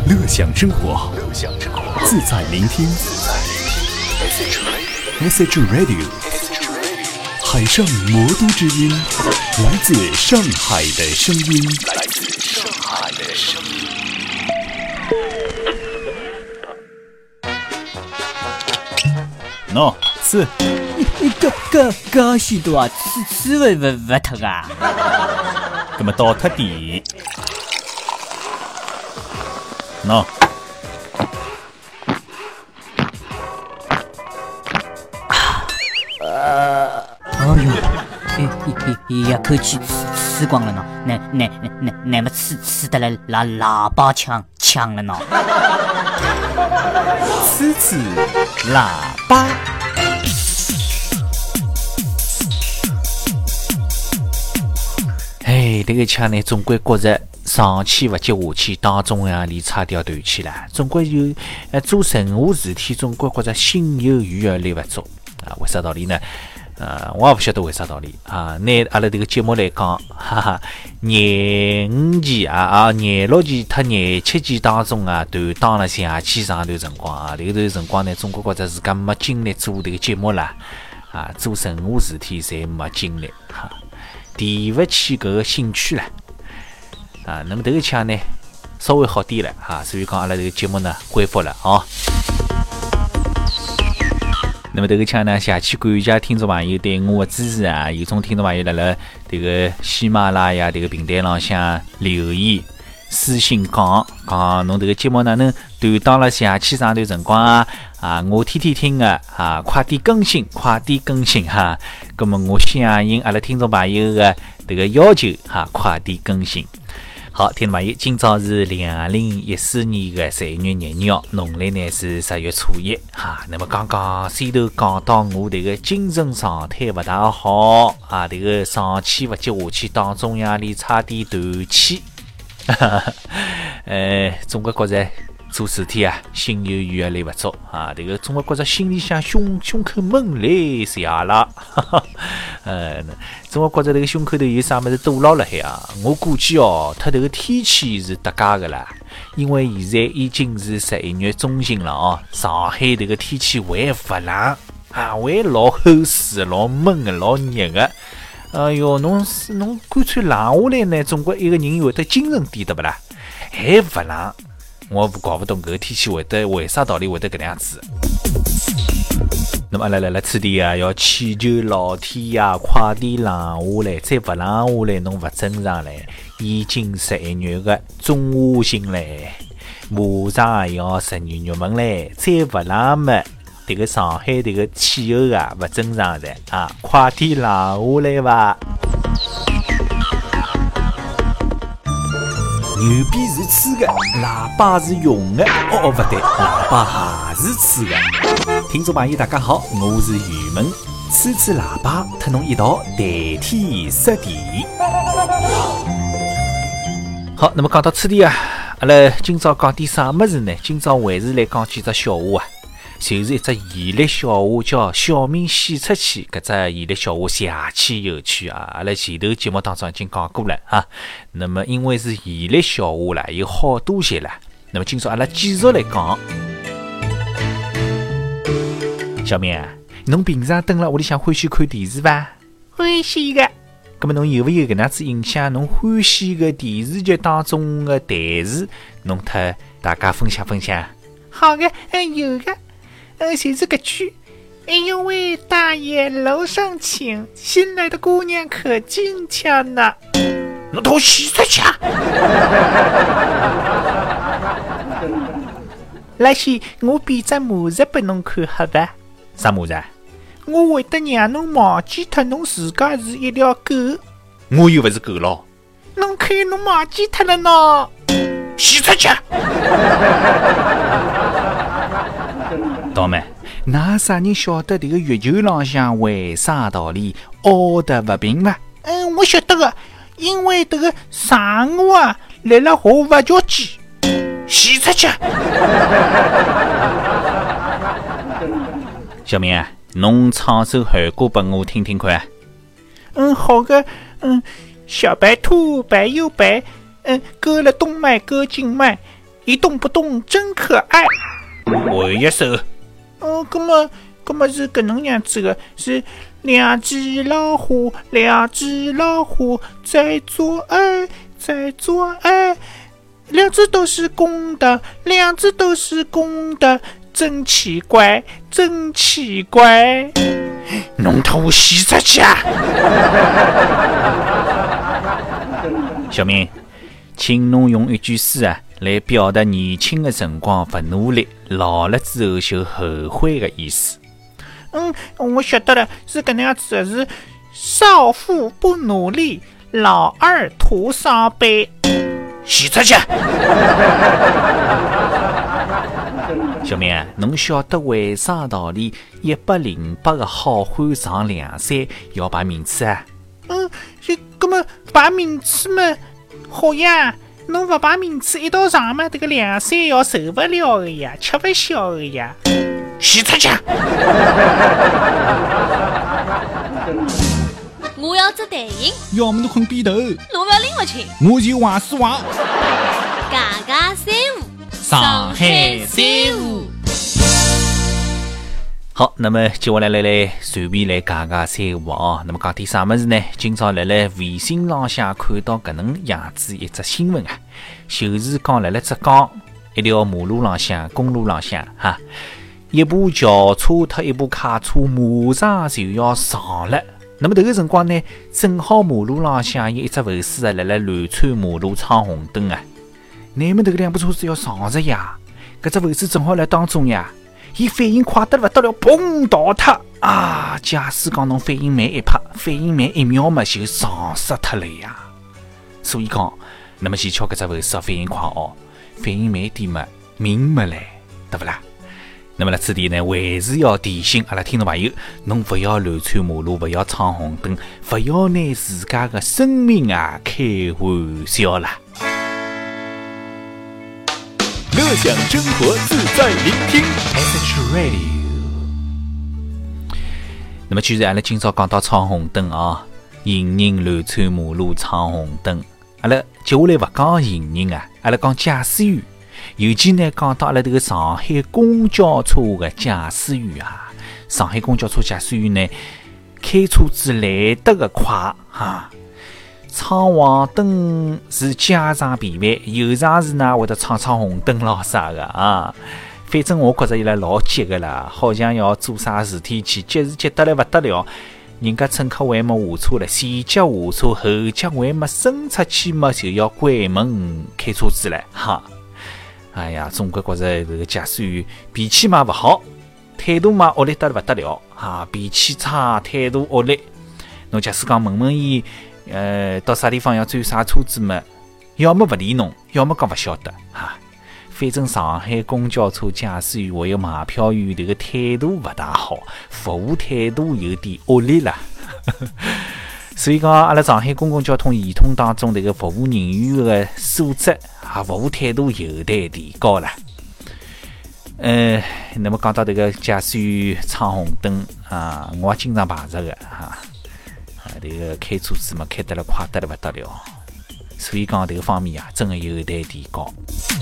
乐享生活，自在聆听。SH Radio， 海上魔都之音，来自上海的声音。喏，吃。 搿许多啊，吃勿脱啊。 搿么倒脱点。喏。 一口气吃光了呢，那么吃得来喇叭呛了呢。 吃喇叭。这个腔呢，总归觉着上气不接下气，当中呀里差掉断气了。总归有做任何事体，总归觉着心有余而力不足啊。为啥道理呢？我也不晓得为啥道理啊。拿阿拉这个节目来讲，哈哈，廿五期廿六期和廿七期当中啊，断档了下去长段辰光啊。这段辰光呢，总归觉着自家没精力做这个节目了啊，做任何事体侪没精力哈。提不起搿个兴趣了啊，那么这个腔呢稍微好点了哈，所以讲阿拉这个节目呢恢复了啊。那么这个腔呢，谢谢感谢听众朋友对我的支持啊！有种听众朋友辣这个喜马拉雅这个平台浪向留言私信讲侬这个节目哪能断档了下去长段辰光啊，我天听的啊，快点更新哈。那么我响应阿拉听众朋友的这个要求哈，快点更新。好，听众朋友，今朝是2014年的3月2日，农历呢是10月初1哈。那么刚刚先头讲到我这个精神状态不大好啊，这个上气不接下气，当中压力差点断气。总归觉着做事体啊，心有余而力不足啊。这个总归觉着心里向胸口闷来下了，总归觉着这个胸口头有啥么子堵牢了海啊。我估计它这个天气是搭界的啦，因为现在已经是11月中旬了啊。上海这个天气还不冷啊，还老齁湿、老闷的、老热的。哎哟，侬干脆冷下来呢，总归一个人会得精神点的不啦？还不冷，我搞不懂搿个天气为啥道理会得搿能样子。那么阿拉来此地啊，要祈求老天呀，快点冷下来，再不冷下来，侬勿正常嘞。已经11月的中下旬嘞，马上也要12月份嘞，再不冷么？这个上海这个气候啊不正常的啊，快点冷下来吧。牛逼是吃的，喇叭是用的。不对，喇叭还是吃的。听众朋友大家好，我是宇文，吹喇叭和侬一道代替失地。好，那么讲到此地啊，阿拉今朝讲点啥么子呢？今朝还是来讲几只笑话啊。就是一只现代笑话，叫小明洗出去。搿只现代笑话邪气有趣啊！阿拉前头节目当中已经讲过了啊。那么因为是现代笑话啦，有好多些啦。那么今朝阿拉继续来讲。小明啊，侬平常蹲辣屋里向欢喜看电视伐？欢喜个。葛末侬有没有搿能样子印象？侬欢喜个电视剧当中的台词，侬特大家分享分享。 好个，有个。就是个句，哎呦喂，大爷楼上请，新来的姑娘可精强呢。 侬头洗出去啊！ 来西，我变只模式拨侬看好伐？ 啥模式？ 我会得让侬忘记脱侬自家是一条狗。 我又勿是狗咯。 侬看侬忘记脱了呢。 洗出去！道妹，哪啥人晓得这个月球浪向为啥道理凹得不平吗？ 我晓得个，因为这个上午啊来了下挖掘机。 洗出去！小明啊，侬唱首儿歌拨我听听看。 好个，小白兔白又白，割了动脉割静脉， 一动不动真可爱。 回一首。 那么是搿能样子的，是两只老虎在做爱，两只都是公的，真奇怪。 弄脱我洗出去啊！小明，请侬用一句诗来表达年轻的辰光不努力，老了之后就后悔的意思。 我晓得了，是搿能样子的，是少妇不努力，老二徒伤悲。 洗出去！小明，侬晓得为啥道理108个好汉上梁山要排名次啊？ 搿么排名次嘛，好呀，侬勿排名次一道上嘛，这个梁山要受不了的呀，吃不消的呀。 洗出去！ 我要只蛋形， 要么侬困边头， 侬勿要拎勿清。 我就话是话。 家家三胡， 上海三胡。 好，那么接下来随便来讲讲三胡啊。那么讲点啥么子呢？今朝来微信浪向看到搿能样子一则新闻就是讲来浙江一条马路浪向、公路浪向一部轿车和一部卡车马上就要撞了。那么这个辰光呢，正好马路浪向有一只卫士来乱穿马路闯红灯乃末这个两部车子要撞着呀，搿只卫士正好来当中呀，伊反应快得勿得了，砰倒脱驾驶讲侬反应慢一拍，反应慢1秒嘛就撞死脱了呀。所以讲，那么先瞧搿只卫士反应快反应慢点嘛，命没来，对不啦？那么辣此地呢，还是要提醒阿拉听众朋友，侬勿要乱穿马路，勿要闯红灯，勿要拿自家的生命开玩笑啦。 乐享生活，自在聆听。 SH Radio。那么既然阿拉今朝讲到闯红灯行人乱穿马路闯红灯，阿拉接下来勿讲行人阿拉讲驾驶员。尤其呢，讲到阿拉这个上海公交车的驾驶员上海公交车驾驶员呢，开车子来得个快闯黄灯是家常便饭，有常时呢会得闯红灯咯啥的反正我觉着伊拉老急个啦，好像要做啥事体去，急是急得来勿得了。人家乘客还没下车了，前脚下车，后脚还没伸出去嘛，就要关门开车子了哎呀，总归觉着这个驾驶员脾气嘛不好，态度嘛恶劣得不得了脾气差，态度恶劣。侬假使讲问伊，到啥地方要转啥车子嘛，要么不理侬，要么讲不晓得反正上海公交车驾驶员还有买票员这个态度不大好，服务态度有点恶劣啦。所以讲，阿拉上海公共交通系统当中这个服务人员的素质服务态度有待提高了。那么讲到这个驾驶员闯红灯我也经常碰着的这个开车子嘛开得了快得了不得了，所以讲这个方面真的有待提高。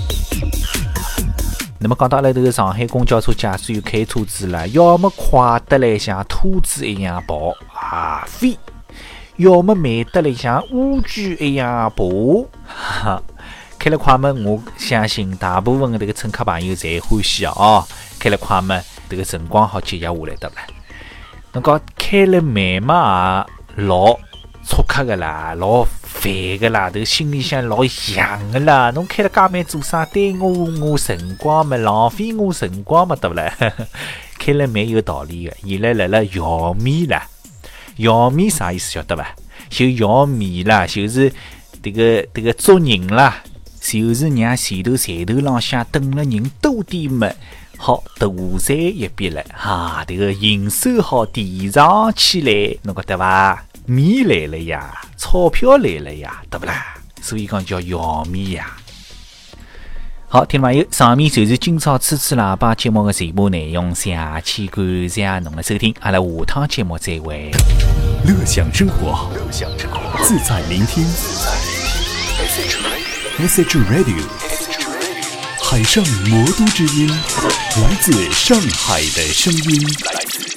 那么讲到了这个上海公交车驾驶员开车子啦，要么快得来像兔子一样跑飞，要么慢得来像乌龟一样爬开了快嘛，我相信大部分的这个乘客朋友侪欢喜开了快嘛，这个辰光好节约下来的了。侬讲开了慢嘛老粗刻的啦，老烦的啦，这个心里向老痒的啦。侬开了介慢做啥？耽误我辰光嘛，浪费我辰光嘛，对不啦？开了慢有道理的，伊拉来了要米啦，要米啥意思晓得伐？就要米啦，就是这个捉人啦。就是让前头站头浪向等了人多点嘛，好大赚一笔了这个营收好提上起来，侬觉得伐？米来了呀，钞票来了呀，对不啦？所以讲叫要米呀。好，听众朋友，上面就是今朝吹吹喇叭节目的全部内容，谢谢感谢侬的收听，阿拉下趟节目再会。 乐享生活，自在聆听。SH Radio， 海上魔都之音，来自上海的声音。